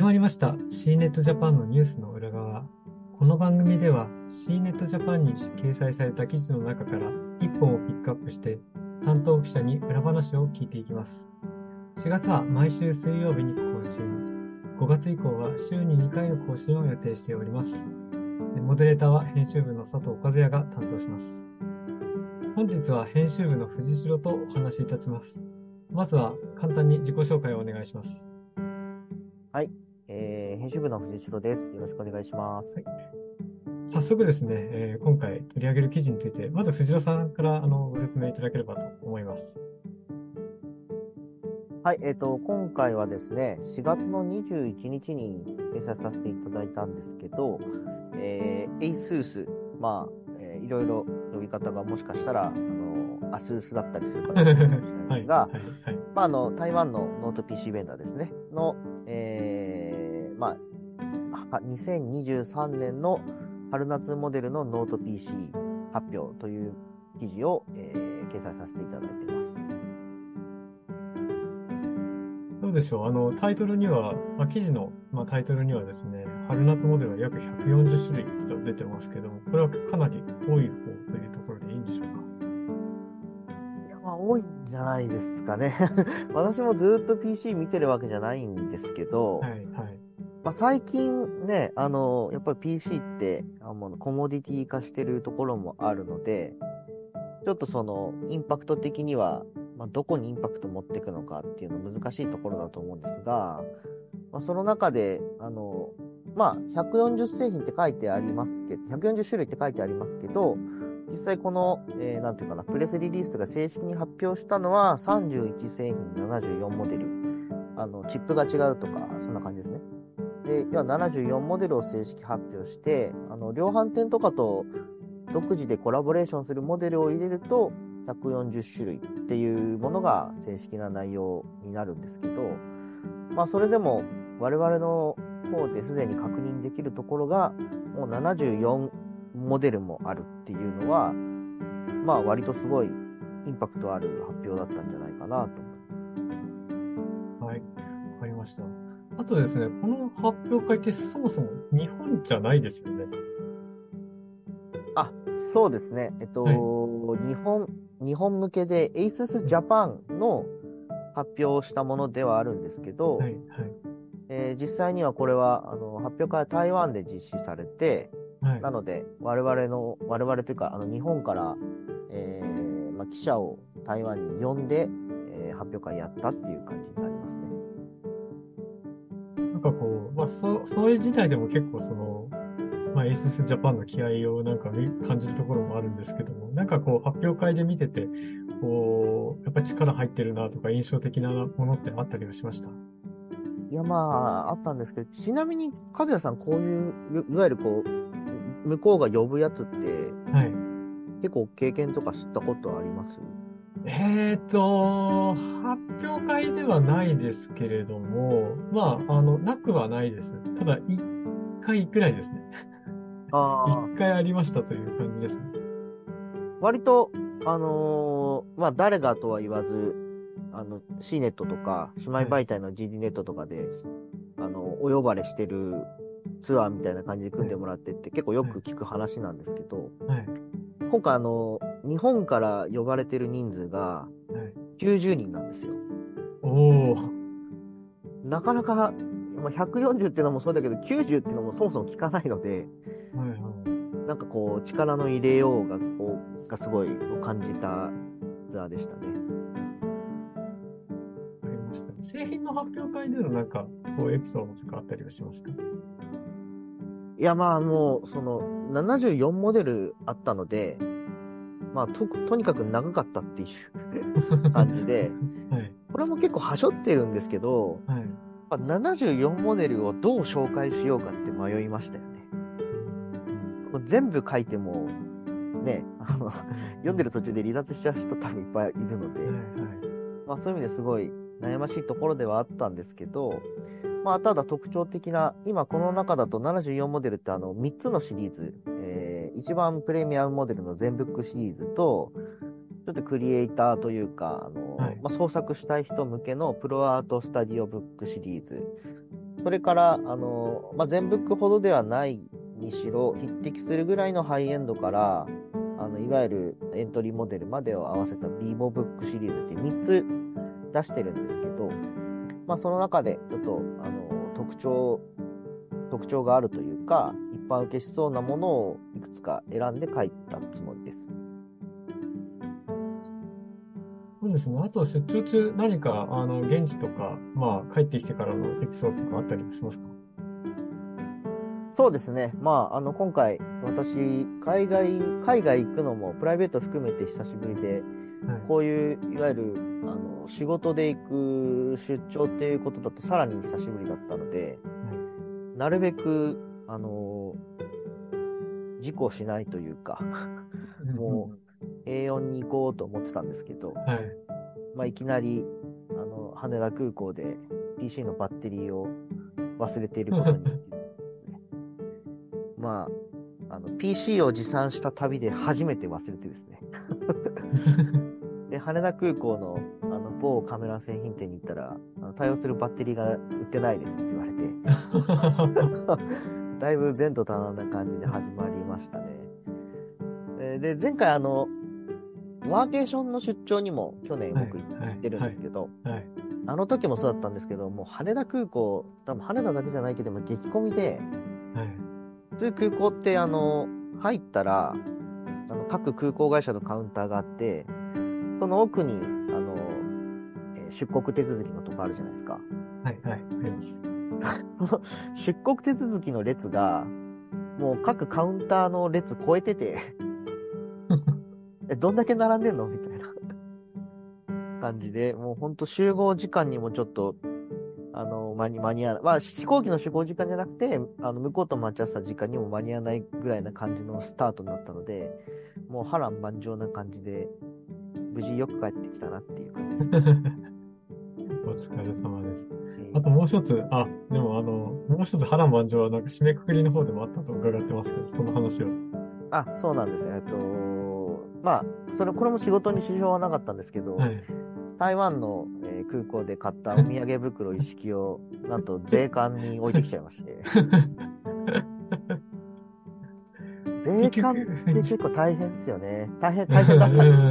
まりました C ネットジャパンのニュースの裏側。この番組では C ネットジャパンに掲載された記事の中から1本をピックアップして担当記者に裏話を聞いていきます。4月は毎週水曜日に更新。5月以降は週に2回の更新を予定しております。モデレーターは編集部の佐藤和也が担当します。本日は編集部の藤代とお話しいたします。まずは簡単に自己紹介をお願いします。 はい、編集部の藤代です。よろしくお願いします。 はい、早速ですね、今回取り上げる記事について、まず藤代さんからご説明いただければと思います。 はい、今回はですね、4月の21日に掲載させていただいたんですけど、ASUS、いろいろ呼び方がもしかしたら、ASUS だったりする方もいるかもしれないですが、台湾のノート PC ベンダーですね、の、2023年の春夏モデルのノート PC 発表という記事を、掲載させていただいています。 どうでしょう。タイトルには、記事の、タイトルにはですね、春夏モデルは約140種類と出てますけども、これはかなり多い方というところでいいんでしょうか？ いや、多いんじゃないですかね。私もずっと PC 見てるわけじゃないんですけど、最近ね、やっぱり PC ってコモディティ化してるところもあるので、ちょっとそのインパクト的には、どこにインパクト持っていくのかっていうの難しいところだと思うんですが、その中で、140製品って書いてありますけど、140種類って書いてありますけど、実際この、なんていうかな、プレスリリースとか正式に発表したのは31製品74モデル。チップが違うとか、そんな感じですね。で、要は74モデルを正式発表して、量販店とかと独自でコラボレーションするモデルを入れると、140種類っていうものが正式な内容になるんですけど、それでも我々の方ですでに確認できるところが、もう74モデルもあるっていうのは、割とすごいインパクトある発表だったんじゃないかなと思います。 はい、わかりました。あとですね、この発表会ってそもそも日本じゃないですよね。 そうですね。日本向けで ASUS Japan の発表をしたものではあるんですけど、実際にはこれは発表会は台湾で実施されて、なので我々というか日本から、記者を台湾に呼んで、発表会やったっていう感じになりますね。 なんかこう、それ自体でも結構ASUS Japan の気合を感じるところもあるんですけども、なんかこう発表会で見てて、こう、やっぱ力入ってるなとか印象的なものってあったりはしました？ いや、あったんですけど、ちなみに、和也さん、こういう、いわゆるこう、向こうが呼ぶやつって、結構経験とか知ったことあります？ 発表会ではないですけれども、なくはないです。ただ、一回くらいですね。一回ありましたという感じですね。 割と、誰がとは言わず、C ネットとか、姉妹媒体の GD ネットとかで、お呼ばれしてるツアーみたいな感じで組んでもらってって、結構よく聞く話なんですけど、今回日本から呼ばれてる人数が90人なんですよ。なかなか、140っていうのもそうだけど、90っていうのもそもそも聞かないので、なんかこう、力の入れようがすごい感じたツアーでしたね。 わかりました。製品の発表会でのこうエピソードとかあったりはしますか？ いや、もう、74モデルあったので、とにかく長かったっていう感じで、これも結構はしょってるんですけど、74モデルをどう紹介しようかって迷いましたよね。全部書いても、ね、読んでる途中で離脱しちゃう人多分いっぱいいるので、そういう意味ですごい悩ましいところではあったんですけど、ただ特徴的な、今この中だと74モデルって3つのシリーズ、一番プレミアムモデルの全ブックシリーズと、ちょっとクリエイターというか、創作したい人向けのプロアートスタディオブックシリーズそれから、全ブックほどではないにしろ、匹敵するぐらいのハイエンドから、いわゆるエントリーモデルまでを合わせた Vivo ブックシリーズって3つ出してるんですけど、その中でちょっと、特徴があるというか、一般受けしそうなものをいくつか選んで書いたつもりです。 そうですね。あと、出張中、何か、現地とか、帰ってきてからのエピソードとかあったりしますか？ そうですね。今回、私、海外行くのもプライベート含めて久しぶりで、 はい。 こういう、いわゆる、仕事で行く出張っていうことだとさらに久しぶりだったので、なるべく、事故しないというか、もう、A4 に行こうと思ってたんですけど、 はい。 いきなり、羽田空港で PC のバッテリーを忘れていることに気づいてですね。PC を持参した旅で初めて忘れてですね。で、羽田空港の、某カメラ製品店に行ったら、対応するバッテリーが売ってないですって言われて、だいぶ前途多難な感じで始まりましたね。で、前回ワーケーションの出張にも去年僕行ってるんですけど、あの時もそうだったんですけど、もう羽田空港、多分羽田だけじゃないけども激混みで、普通空港って入ったら、各空港会社のカウンターがあって、その奥に、出国手続きのとこあるじゃないですか。 はい、あります。 その出国手続きの列が、もう各カウンターの列超えてて、どんだけ並んでんのみたいな感じで、もうほんと集合時間にもちょっと、間に合わない。飛行機の集合時間じゃなくて、向こうと待ち合わせた時間にも間に合わないぐらいな感じのスタートになったので、もう波乱万丈な感じで、無事よく帰ってきたなっていう感じです。 お疲れ様です。あともう一つ、でももう一つ波乱万丈はなんか締めくくりの方でもあったと伺ってますけど、その話を。 そうなんですね。これも仕事に支障はなかったんですけど、台湾の、空港で買ったお土産袋一式を、なんと税関に置いてきちゃいまして。税関って結構大変ですよね。大変だったんです。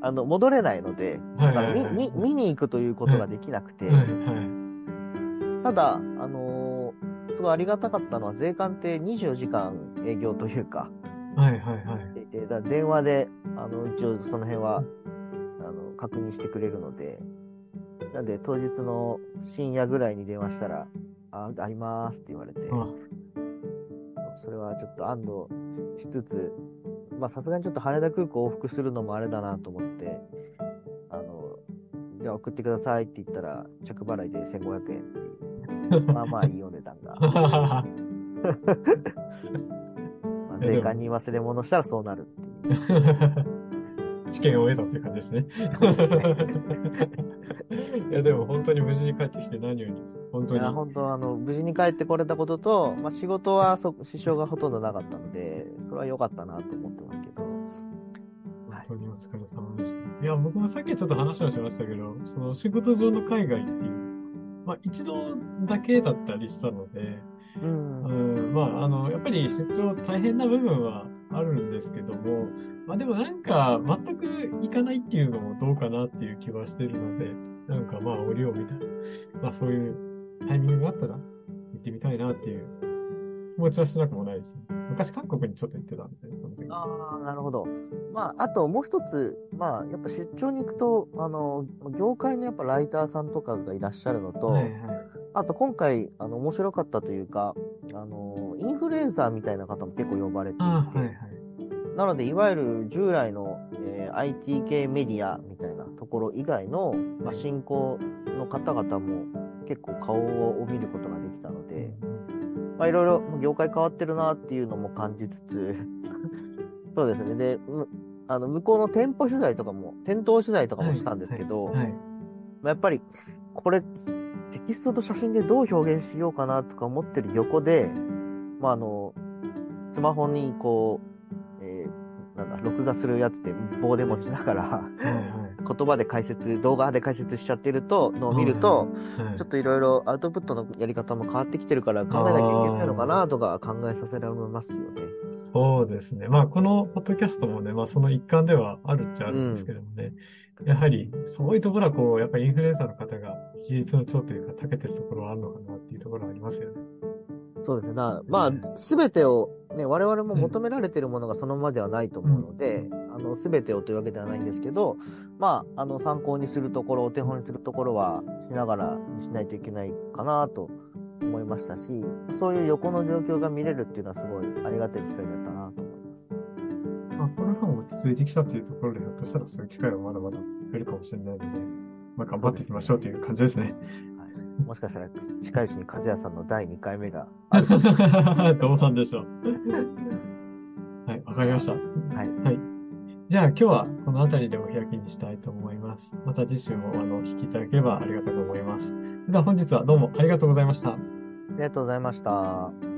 戻れないので、だから見に行くということができなくて、ただ、すごいありがたかったのは、税関って24時間営業というか、電話で、一応その辺は、確認してくれるので、なんで当日の深夜ぐらいに電話したら、ありますって言われて、それはちょっと安堵しつつ、さすがにちょっと羽田空港往復するのもあれだなと思って、じゃあ送ってくださいって言ったら、着払いで1500円っていう、いいお値段が。税関に忘れ物したらそうなるっていう。 知見を得たっていう感じですね。いや、でも本当に無事に帰ってきて何より、本当に。 いや、本当無事に帰ってこれたことと、仕事は支障がほとんどなかったので、それは良かったなと思ってますけど。 本当にお疲れ様でした。いや、僕もさっきちょっと話をしましたけど、その仕事上の海外っていう、一度だけだったりしたので、やっぱり出張大変な部分はあるんですけども、でもなんか全く行かないっていうのもどうかなっていう気はしてるので、なんか折を見たら、そういうタイミングがあったら行ってみたいなっていう気持ちはしなくもないですね。昔韓国にちょっと行ってたんで、その時。 なるほど。あともう一つ、やっぱ出張に行くと、業界のやっぱライターさんとかがいらっしゃるのと、あと今回、面白かったというか、インフルエンサーみたいな方も結構呼ばれていて、なので、いわゆる従来の、IT 系メディアみたいなところ以外の、進行の方々も結構顔を見ることができたので、いろいろ業界変わってるなっていうのも感じつつ、そうですね。で、向こうの店頭取材とかもしたんですけど、やっぱり、これ、テキストと写真でどう表現しようかなとか思ってる横で、スマホにこう、録画するやつで棒で持ちながら、 言葉で解説、動画で解説しちゃってるのを見ると、 はいちょっといろいろアウトプットのやり方も変わってきてるから考えなきゃいけないのかなとか考えさせられますよね。 そうですね。まあ、このポッドキャストもね、まあ、その一環ではあるっちゃあるんですけどもね。やはり、そういうところはこう、やっぱりインフルエンサーの方が技術の長というか、長けてるところはあるのかなっていうところはありますよね。 そうですね。まあ、すべてを、ね、我々も求められているものがそのままではないと思うので、すべてをというわけではないんですけど、まあ、参考にするところ、お手本にするところはしながらしないといけないかなと思いましたし、そういう横の状況が見れるっていうのはすごいありがたい機会だったなと思います。 まあ、コロナも落ち着いてきたというところで、ひょっとしたらそういう機会はまだまだ増えるかもしれないので、まあ、頑張っていきましょうという感じですね。 もしかしたら近いうちに和也さんの第2回目があるかもしれない。 どうなんでしょう。はい、わかりました。 はい。 はい。じゃあ今日はこの辺りでお開きにしたいと思います。また次週もお聞きいただければありがたく思います。では本日はどうもありがとうございました。 ありがとうございました。